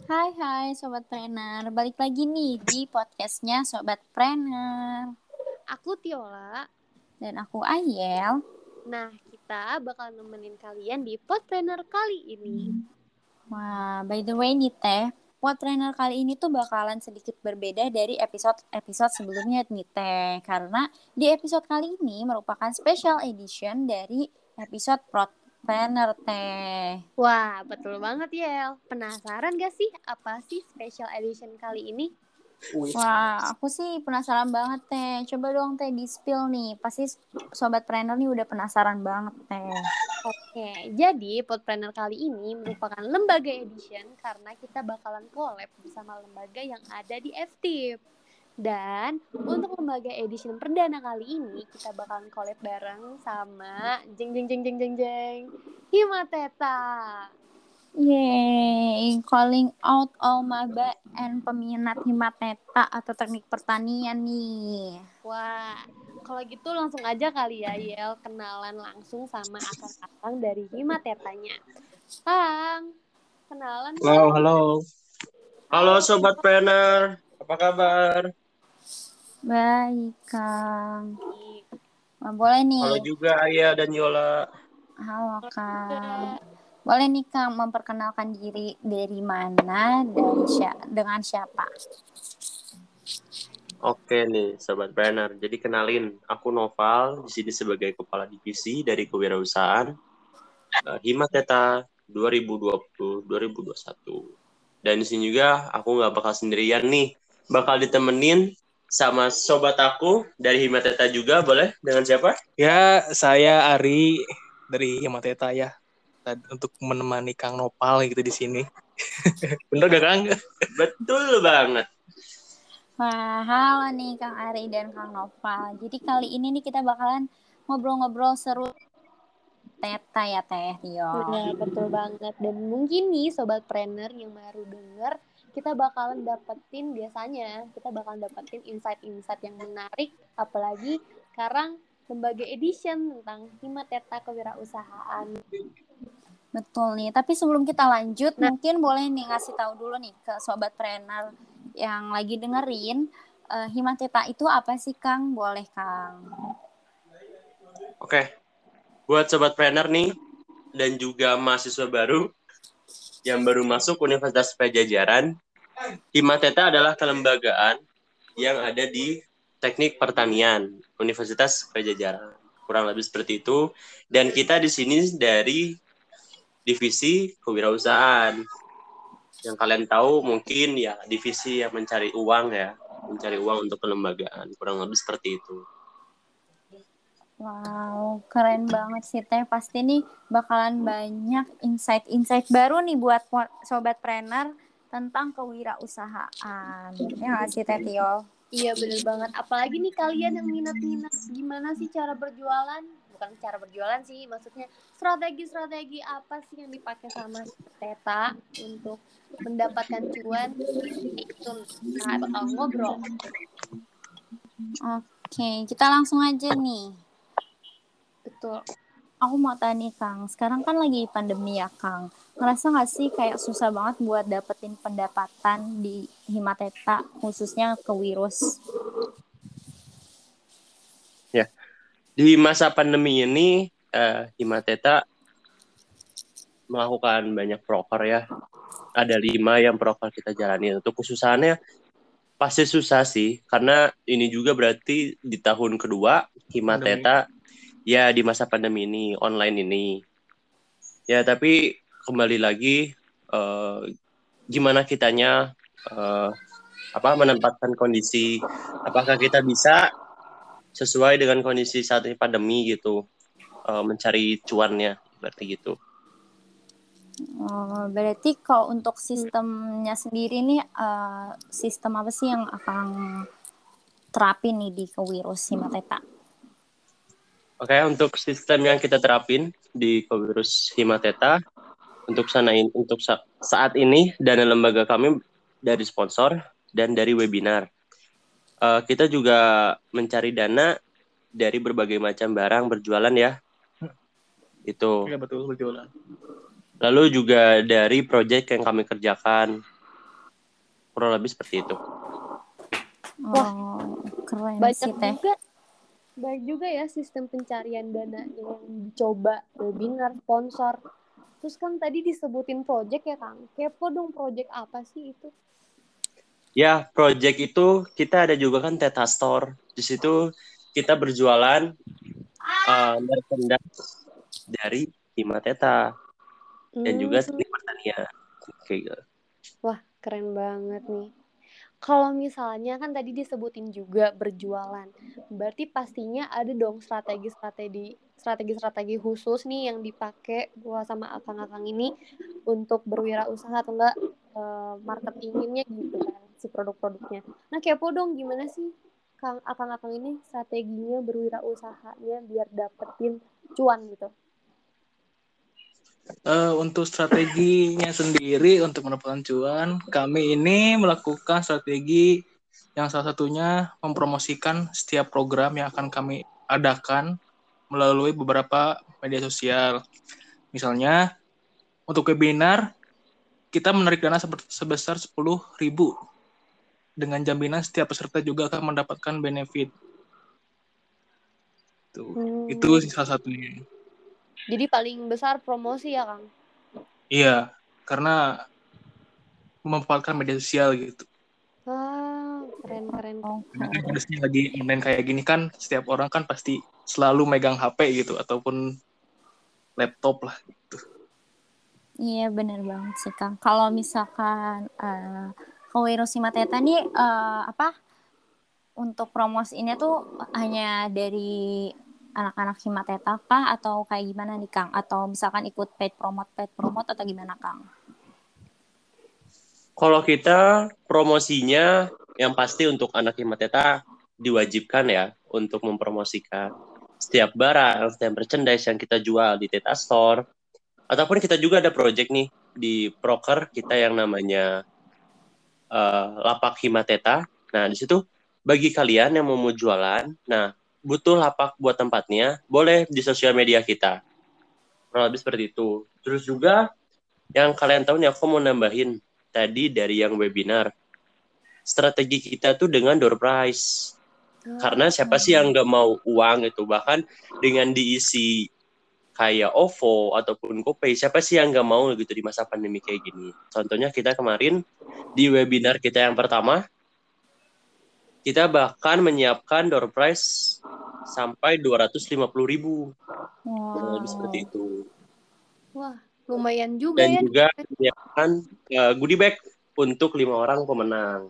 Hai Sobat Trainer, balik lagi nih di podcastnya Sobat Trainer. Aku Tiola. Dan aku Ayel. Nah, kita bakal nemenin kalian di Podpreneur kali ini. Wah, by the way nih Teh, Pod Trainer kali ini tuh bakalan sedikit berbeda dari episode sebelumnya nih Teh. Karena di episode kali ini merupakan special edition dari episode Pod Trainer Teh. Wah, betul banget Yel. Penasaran gak sih apa sih special edition kali ini? Wah, aku sih penasaran banget Teh. Coba dong Teh di-spill nih. Pasti Sobat Trainer nih udah penasaran banget Teh. Oke, jadi Podpreneur kali ini merupakan lembaga edition karena kita bakalan collab bersama lembaga yang ada di FTIP. Dan untuk lembaga edition perdana kali ini kita bakalan collab bareng sama Himateta. Yeay, calling out all maba and peminat Himateta atau teknik pertanian nih. Wah, kalau gitu langsung aja kali ya Yel kenalan langsung sama akang-akang dari Himatetanya. Kang, kenalan dong. Halo Sobat Planner, apa kabar? Baik, Kang. Nah, boleh nih. Halo juga Ayah dan Yola. Halo, Kang. Boleh nih, Kang, memperkenalkan diri dari mana dan dengan siapa? Oke nih Sobat Planner, jadi kenalin, aku Noval, di sini sebagai Kepala Divisi dari Kewirausahaan Himateta 2020-2021. Dan di sini juga aku nggak bakal sendirian nih, bakal ditemenin sama sobat aku dari Himateta juga, boleh? Dengan siapa? Ya, saya Ari dari Himateta ya. Untuk menemani Kang Nopal gitu di sini. Bener gak Kang? Betul banget. Wah, halo nih Kang Ari dan Kang Noval. Jadi kali ini nih kita bakalan ngobrol-ngobrol seru Teta ya Teh Tio. Nah, betul banget. Dan mungkin nih Sobat Planner yang baru denger, kita bakalan dapetin insight-insight yang menarik. Apalagi sekarang lembaga edition tentang Himateta Kewirausahaan. Betul nih, tapi sebelum kita lanjut, mungkin boleh nih ngasih tahu dulu nih ke Sobat Trainer yang lagi dengerin, Himateta itu apa sih Kang? Boleh Kang. Oke, buat Sobat Planner nih, dan juga mahasiswa baru yang baru masuk Universitas Pajajaran, Himateta adalah kelembagaan yang ada di Teknik Pertanian Universitas Pajajaran. Kurang lebih seperti itu. Dan kita di sini dari divisi kewirausahaan. Yang kalian tahu mungkin ya divisi yang mencari uang untuk kelembagaan. Kurang lebih seperti itu. Wow, keren banget sih Teh. Pasti nih bakalan banyak insight-insight baru nih buat Sobat Trainer tentang kewirausahaan. Ya nggak sih Teh Tio? Iya bener banget. Apalagi nih kalian yang minat-minat gimana sih cara berjualan? Bukan cara berjualan sih, maksudnya strategi-strategi apa sih yang dipakai sama Teta untuk mendapatkan cuan? Itu kita bakal ngobrol. Oke, kita langsung aja nih. Betul. Aku mau tanya nih Kang, sekarang kan lagi pandemi ya Kang. Ngerasa nggak sih kayak susah banget buat dapetin pendapatan di Himateta, khususnya ke Wirus? Ya, di masa pandemi ini Himateta melakukan banyak proker ya. Ada 5 yang proker kita jalani. Untuk khususannya pasti susah sih, karena ini juga berarti di tahun kedua Himateta ya di masa pandemi ini, online ini. Ya, tapi kembali lagi gimana kitanya menempatkan kondisi, apakah kita bisa sesuai dengan kondisi saat ini pandemi gitu, mencari cuannya berarti gitu. Berarti kalau untuk sistemnya sendiri nih, sistem apa sih yang akan terapin nih di Kewirus Himateta? Oke, untuk sistem yang kita terapin di Kewirus Himateta, untuk saat ini dana lembaga kami dari sponsor dan dari webinar. Kita juga mencari dana dari berbagai macam barang berjualan ya. Itu. Iya betul, berjualan. Lalu juga dari proyek yang kami kerjakan. Kurang lebih seperti itu. Oh, keren sih Teh. Banyak juga ya sistem pencarian dana yang dicoba, webinar, sponsor. Terus Kang tadi disebutin project ya Kang. Kepo dong, project apa sih itu? Ya, project itu kita ada juga kan Teta Store. Di situ kita berjualan merchandise dari Himateta dan juga seni pertanian. Kayak gitu. Wah, keren banget nih. Kalau misalnya kan tadi disebutin juga berjualan, berarti pastinya ada dong strategi khusus nih yang dipakai buat sama akang-akang ini untuk berwirausaha atau enggak marketinginnya gitu kan si produk-produknya. Nah kepo dong gimana sih Kang akang-akang ini strateginya berwirausahanya biar dapetin cuan gitu. Untuk strateginya sendiri untuk mendapatkan cuan, kami ini melakukan strategi yang salah satunya mempromosikan setiap program yang akan kami adakan melalui beberapa media sosial. Misalnya, untuk webinar, kita menarik dana sebesar 10.000 dengan jaminan setiap peserta juga akan mendapatkan benefit. Itu salah satunya. Jadi paling besar promosi ya Kang? Iya, karena memanfaatkan media sosial gitu. Keren. Kondisinya lagi online kayak gini kan, setiap orang kan pasti selalu megang HP gitu ataupun laptop lah gitu. Iya benar banget sih Kang. Kalau misalkan Himateta nih untuk promosinya tuh hanya dari anak-anak Himateta kah atau kayak gimana nih Kang? Atau misalkan ikut paid promote atau gimana Kang? Kalau kita promosinya yang pasti untuk anak Himateta diwajibkan ya untuk mempromosikan setiap barang, setiap merchandise yang kita jual di Teta Store. Ataupun kita juga ada project nih di Proker kita yang namanya Lapak Himateta. Nah, di situ bagi kalian yang mau jualan, nah butuh lapak buat tempatnya, boleh di sosial media kita. Kurang lebih seperti itu. Terus juga yang kalian tahu nih, aku mau nambahin tadi dari yang webinar. Strategi kita tuh dengan door prize. Karena siapa sih yang nggak mau uang itu? Bahkan dengan diisi kayak OVO ataupun GoPay, siapa sih yang nggak mau gitu di masa pandemi kayak gini? Contohnya kita kemarin di webinar kita yang pertama, kita bahkan menyiapkan door prize sampai 250.000. Wow. Seperti itu. Wah, lumayan juga dan ya. Dan juga menyiapkan goodie bag untuk 5 orang pemenang.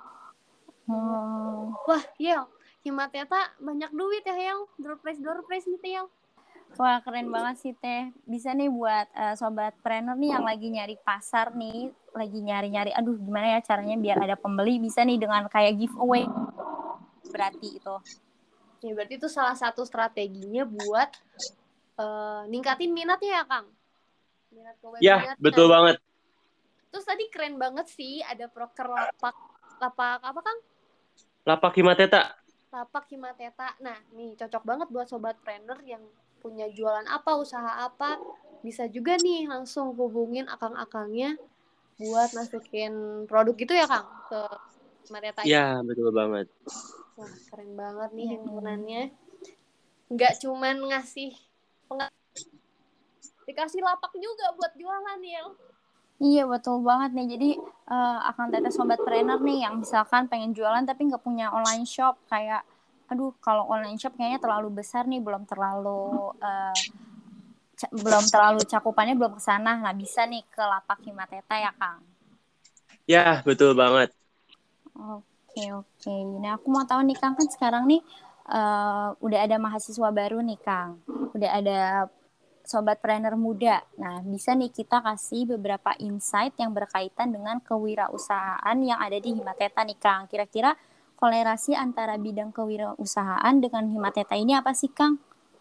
Wah, Yel, Himateta banyak duit ya, Yel. Door prize nih, Yel. Wah, keren banget sih, Teh. Bisa nih buat sobat planner nih yang lagi nyari pasar nih, lagi nyari-nyari, aduh gimana ya caranya biar ada pembeli, bisa nih dengan kayak giveaway. Berarti itu. Ya, berarti itu salah satu strateginya buat ningkatin minatnya ya, Kang? Minat ke webinar. Ya, betul banget. Terus tadi keren banget sih, ada proker lapak apa, Kang? Lapak Himateta. Lapak Himateta. Nah, nih cocok banget buat sobat planner yang punya jualan apa, usaha apa. Bisa juga nih langsung hubungin akang-akangnya buat masukin produk gitu ya, Kang, ke Himateta. Ya, betul banget. Wah, keren banget nih himpunannya. Nggak cuman dikasih lapak juga buat jualan, Yel. Iya betul banget nih. Jadi akan Teteh sobat trainer nih yang misalkan pengen jualan tapi nggak punya online shop, kayak aduh kalau online shop kayaknya terlalu besar nih, belum terlalu cakupannya belum kesana. Nah bisa nih ke Lapak Himateta ya Kang. Ya betul banget. Oke. Nah aku mau tahu nih Kang, kan sekarang nih udah ada mahasiswa baru nih Kang. Udah ada sobat trainer muda. Nah, bisa nih kita kasih beberapa insight yang berkaitan dengan kewirausahaan yang ada di Himateta nih, Kang. Kira-kira kolerasi antara bidang kewirausahaan dengan Himateta ini apa sih, Kang?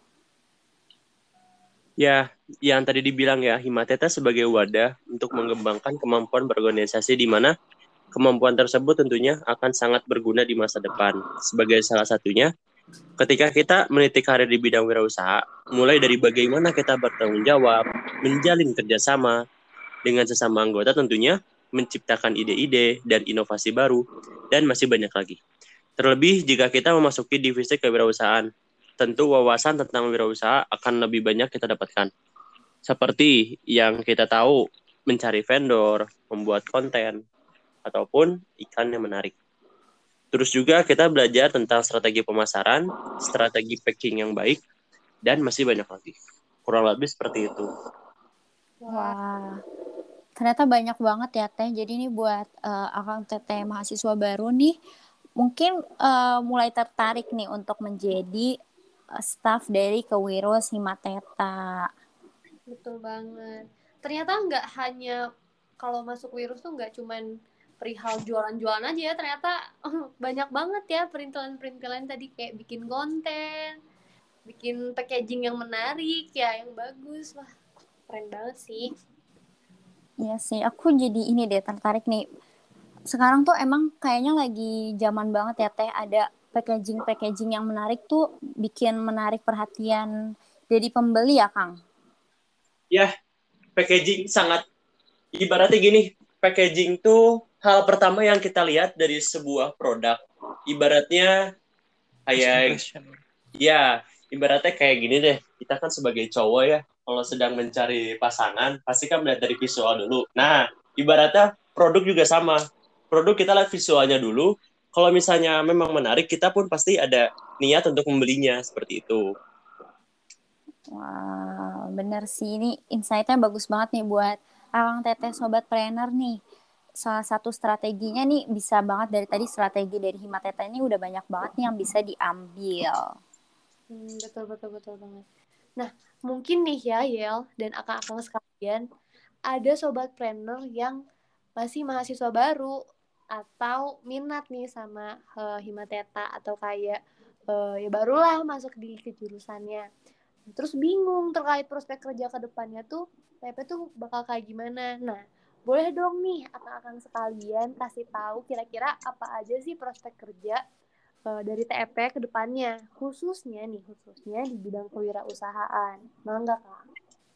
Ya, yang tadi dibilang ya, Himateta sebagai wadah untuk mengembangkan kemampuan berorganisasi di mana kemampuan tersebut tentunya akan sangat berguna di masa depan. Sebagai salah satunya, ketika kita meniti karir di bidang wirausaha, mulai dari bagaimana kita bertanggung jawab, menjalin kerjasama dengan sesama anggota tentunya, menciptakan ide-ide dan inovasi baru, dan masih banyak lagi. Terlebih jika kita memasuki divisi kewirausahaan, tentu wawasan tentang wirausaha akan lebih banyak kita dapatkan. Seperti yang kita tahu, mencari vendor, membuat konten, ataupun iklan yang menarik. Terus juga kita belajar tentang strategi pemasaran, strategi packing yang baik, dan masih banyak lagi. Kurang lebih seperti itu. Wah, ternyata banyak banget ya Teh. Jadi ini buat Akang Teteh mahasiswa baru nih, mungkin mulai tertarik nih untuk menjadi staff dari Kewirus Himateta. Betul banget. Ternyata nggak hanya kalau masuk Wirus tuh nggak cuman perihal jualan-jualan aja ya, ternyata banyak banget ya perintilan-perintilan tadi, kayak bikin konten, bikin packaging yang menarik ya, yang bagus. Wah, keren banget sih. Iya sih, aku jadi ini deh tertarik nih. Sekarang tuh emang kayaknya lagi zaman banget ya Teh, ada packaging-packaging yang menarik tuh bikin menarik perhatian dari pembeli ya Kang. Ya, packaging sangat, ibaratnya gini, packaging tuh hal pertama yang kita lihat dari sebuah produk. Ibaratnya kayak, ya, ibaratnya kayak gini deh, kita kan sebagai cowok ya, kalau sedang mencari pasangan, pasti kan melihat dari visual dulu. Nah, ibaratnya produk juga sama. Produk kita lihat visualnya dulu, kalau misalnya memang menarik, kita pun pasti ada niat untuk membelinya, seperti itu. Wah, bener sih. Ini insight-nya bagus banget nih buat Akang Teteh Sobat Planner nih. Salah satu strateginya nih bisa banget dari tadi, strategi dari Himateta ini udah banyak banget nih yang bisa diambil. Betul banget. Nah, mungkin nih ya Yel dan akang-akang sekalian, ada sobat planner yang masih mahasiswa baru atau minat nih sama Himateta, atau kayak ya barulah masuk di kejurusannya. Terus bingung terkait prospek kerja ke depannya tuh TP tuh bakal kayak gimana. Nah, boleh dong nih akang-akang sekalian kasih tahu kira-kira apa aja sih prospek kerja dari TEP ke depannya, khususnya di bidang kewirausahaan. Mangga, Kak.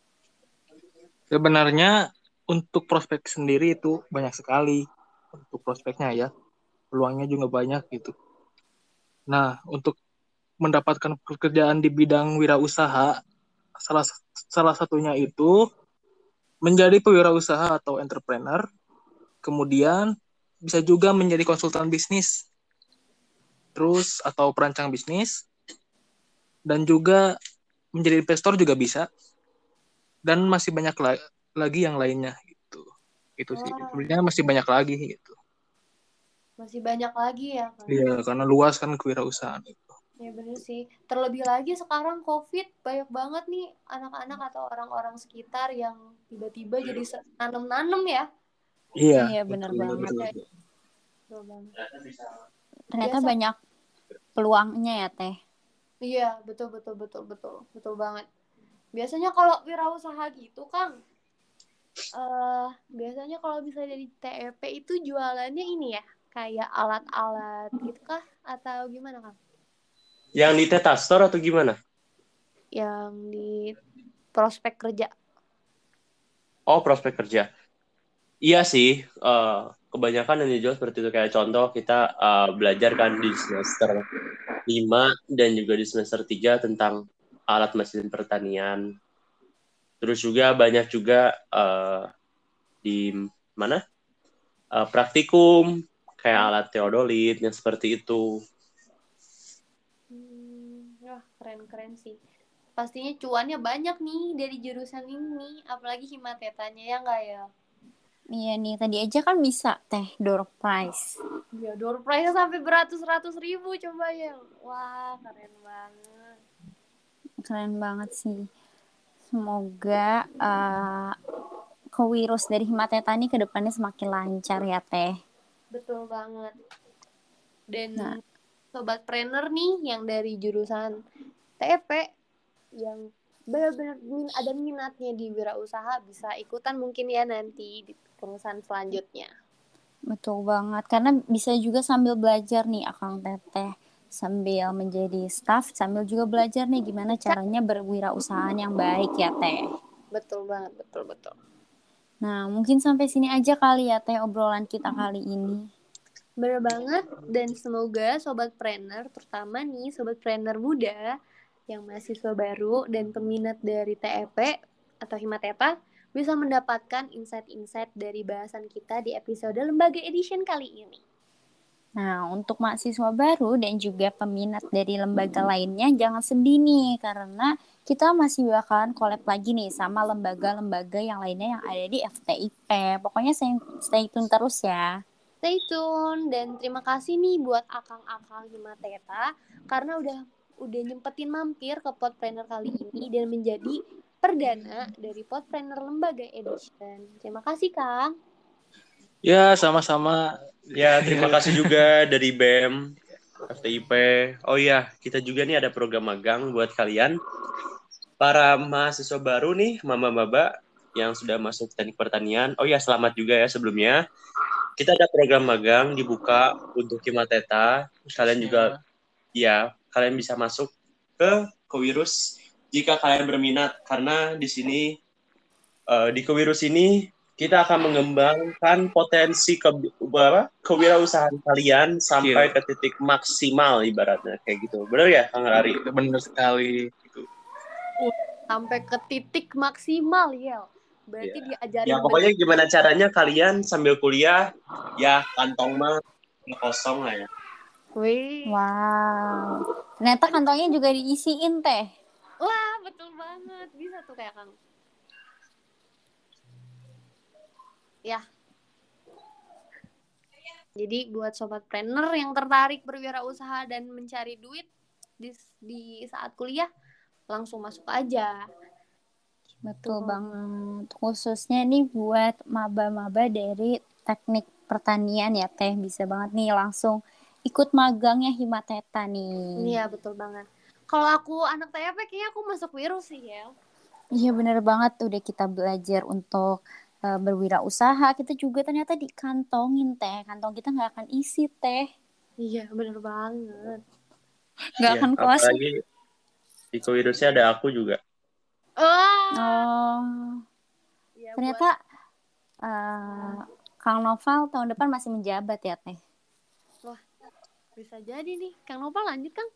Sebenarnya untuk prospek sendiri itu banyak sekali untuk prospeknya ya. Peluangnya juga banyak gitu. Nah, untuk mendapatkan pekerjaan di bidang wirausaha, salah satunya itu menjadi pewirausaha atau entrepreneur, kemudian bisa juga menjadi konsultan bisnis, terus atau perancang bisnis, dan juga menjadi investor juga bisa, dan masih banyak lagi yang lainnya gitu. Itu sih. Sebenarnya masih banyak lagi gitu. Masih banyak lagi ya, Kak. Iya, karena luas kan kewirausahaan itu. Ya bener sih. Terlebih lagi sekarang COVID, banyak banget nih anak-anak atau orang-orang sekitar yang tiba-tiba jadi nanem-nanem ya. Iya, bener banget. Betul banget. Ternyata Biasa. banyak peluangnya ya Teh. Iya, betul banget. Biasanya kalau wirausaha gitu, Kang, biasanya kalau bisa jadi TEP itu jualannya ini ya, kayak alat-alat gitu kah? Atau gimana, Kang? Yang di Teta Store atau gimana? Yang di prospek kerja. Oh, prospek kerja. Iya sih, kebanyakan yang dijual seperti itu. Kayak contoh, kita belajar kan di semester 5 dan juga di semester 3 tentang alat mesin pertanian. Terus juga banyak juga di mana? Praktikum, kayak alat teodolit, yang seperti itu. Wah, keren-keren sih. Pastinya cuannya banyak nih dari jurusan ini, apalagi himatetanya ya nggak ya? Iya nih, tadi aja kan bisa Teh door prize. Ya, door prize sampai beratus-ratus ribu coba ya. Wah, keren banget. Keren banget sih. Semoga Kewirus dari Himateta ini ke depannya semakin lancar ya Teh. Betul banget. Dan Nah, sobat trainer nih yang dari jurusan TEP yang benar-benar ada minatnya di wirausaha bisa ikutan mungkin ya nanti di perusahaan selanjutnya. betul banget. Karena bisa juga sambil belajar nih Akang Teteh. Sambil menjadi staff, sambil juga belajar nih gimana caranya berwirausahaan yang baik ya Teh. Betul banget, betul. Nah, mungkin sampai sini aja kali ya Teh obrolan kita kali ini. Bener banget, dan semoga Sobat Planner, terutama nih Sobat Planner muda yang mahasiswa baru dan peminat dari TEP atau Himateta bisa mendapatkan insight-insight dari bahasan kita di episode Lembaga Edition kali ini. Nah, untuk mahasiswa baru dan juga peminat dari lembaga lainnya jangan sedih nih karena kita masih bakalan collab lagi nih sama lembaga-lembaga yang lainnya yang ada di FTIP. Pokoknya stay tune terus ya. Stay tune, dan terima kasih nih buat akang-akang Himateta karena udah nyempetin mampir ke Podpreneur kali ini dan menjadi perdana dari Podpreneur Lembaga Edition. Terima kasih, Kang. Ya, sama-sama. Ya, terima kasih juga dari BEM, FTIP. Oh iya, kita juga nih ada program magang buat kalian. Para mahasiswa baru nih, mama-baba yang sudah masuk teknik pertanian. Oh iya, selamat juga ya sebelumnya. Kita ada program magang dibuka untuk Himateta. Kalian juga, ya, kalian bisa masuk ke Kewirus jika kalian berminat. Karena di sini, di Kewirus ini, kita akan mengembangkan potensi kewirausahaan kalian sampai ke titik maksimal ibaratnya kayak gitu. Benar ya, Kang Ari? Benar sekali. Sampai ke titik maksimal, Yel. Berarti diajarin Ya pokoknya gimana caranya kalian sambil kuliah ya kantong mah kosong lah ya. Wih. Wow. Ternyata kantongnya juga diisiin Teh. Wah, betul banget. Bisa tuh kayak Kang. Ya. Jadi buat sobat planner yang tertarik berwirausaha dan mencari duit di saat kuliah, langsung masuk aja. Betul banget. Khususnya nih buat maba-maba dari teknik pertanian ya Teh. Bisa banget nih langsung ikut magangnya Himateta nih. Iya, betul banget. Kalau aku anak TFP kayaknya aku masuk Wirus sih, ya. Iya bener banget. Udah kita belajar untuk berwirausaha. Kita juga ternyata dikantongin Teh. Kantong kita nggak akan isi Teh. Iya, bener banget. Nggak Ya, akan kosong. apalagi di Kewirusnya ada aku juga. Oh. Ya, Ternyata Kang Noval tahun depan masih menjabat ya Teh. Wah, bisa jadi nih. Kang Nopal lanjut, Kang.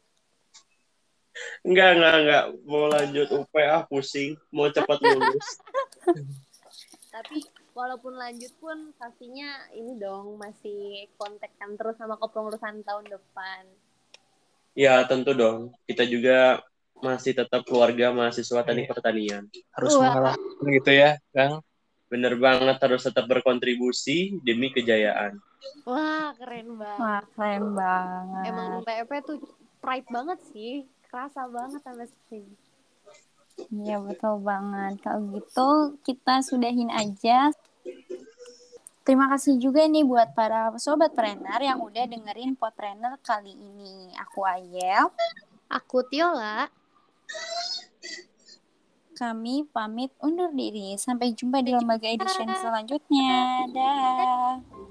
Enggak. Mau lanjut UP pusing. Mau cepat lulus. Tapi walaupun lanjut pun pastinya ini dong masih kontakkan terus sama kepengurusan tahun depan. Ya tentu dong. Kita juga masih tetap keluarga mahasiswa teknik pertanian. Harus mengarahkan gitu ya, Kang. Bener banget harus tetap berkontribusi demi kejayaan. Wah, keren banget. Wah, keren banget. Emang TEP tuh pride banget sih. Kerasa banget sampai sini. Iya, betul banget. Kalau gitu, kita sudahin aja. Terima kasih juga nih buat para sobat trainer yang udah dengerin Podtrainer kali ini. Aku Ayel. Aku Tiola. Kami pamit undur diri. Sampai jumpa di Lembaga Edition selanjutnya. Dah.